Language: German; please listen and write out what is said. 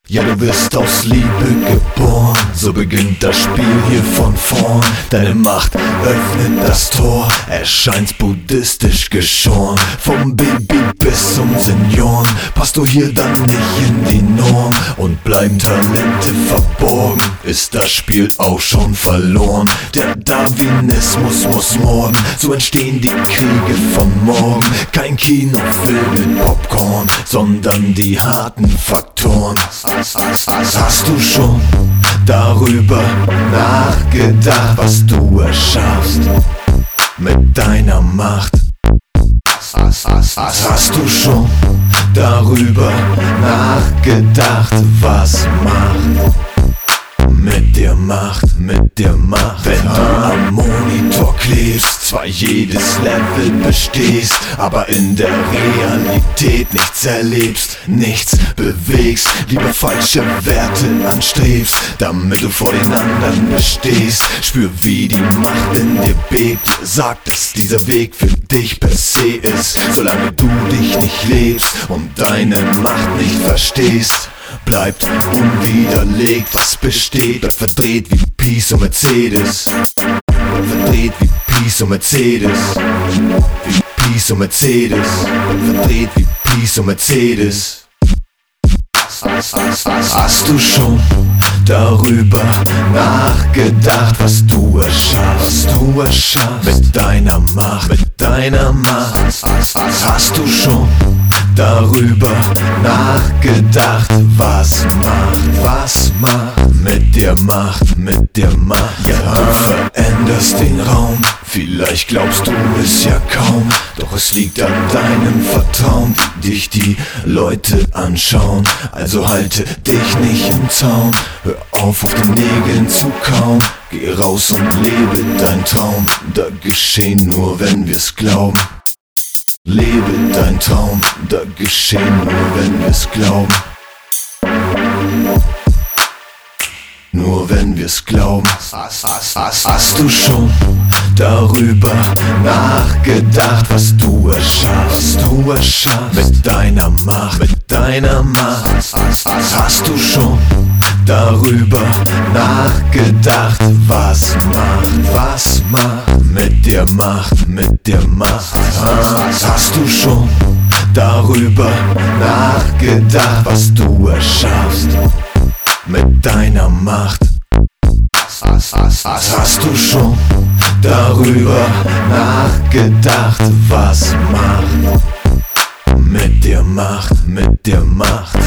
Ja, du wirst aus Liebe geboren, so beginnt das Spiel hier von vorn. Deine Macht öffnet das Tor, erscheint buddhistisch geschoren. Vom Baby bis zum Senioren, passt du hier dann nicht in die Norm und bleiben Talente verborgen, ist das Spiel auch schon verloren. Der Darwinismus muss morden, so entstehen die Kriege von morgen. Kein Kinofilm mit Popcorn, sondern die harten Faktoren. Hast du schon darüber nachgedacht, was du erschaffst mit deiner Macht? Hast du schon darüber nachgedacht, was Macht mit dir macht, mit dir macht? Wenn du am Monitor klebst, zwar jedes Level bestehst, aber in der Realität nichts erlebst, nichts bewegst, lieber falsche Werte anstrebst, damit du vor den anderen bestehst. Spür, wie die Macht in dir bebt, sag, dass dieser Weg für dich per se ist. Solange du dich nicht lebst und deine Macht nicht verstehst, bleibt unwiderlegt, was besteht, bleibt verdreht wie Peace und Mercedes. Bleibt verdreht wie Peace und Mercedes. Wie Peace und Mercedes. Bleibt verdreht wie Peace und Mercedes. Hast du schon darüber nachgedacht, was du erschaffst? Du erschaffst mit deiner Macht, mit deiner Macht. Hast du schon darüber nachgedacht, was Macht mit dir macht, mit dir macht? Ja, du veränderst den Raum, vielleicht glaubst du es ja kaum, doch es liegt an deinem Vertrauen, wie dich die Leute anschauen. Also halte dich nicht im Zaum, hör auf den Nägeln zu kauen, geh raus und lebe dein Traum, da geschehen nur, wenn wir's glauben. Lebe dein Traum, da geschehen nur, wenn wir's glauben. Nur wenn wir's glauben. Hast du schon darüber nachgedacht, was du erschaffst? Du erschaffst mit deiner Macht, mit deiner Macht. Hast du schon darüber nachgedacht, was Macht mit dir macht, mit dir macht? Hast du schon darüber nachgedacht, was du erschaffst mit deiner Macht? Hast du schon darüber nachgedacht, was Macht mit dir macht, mit dir macht?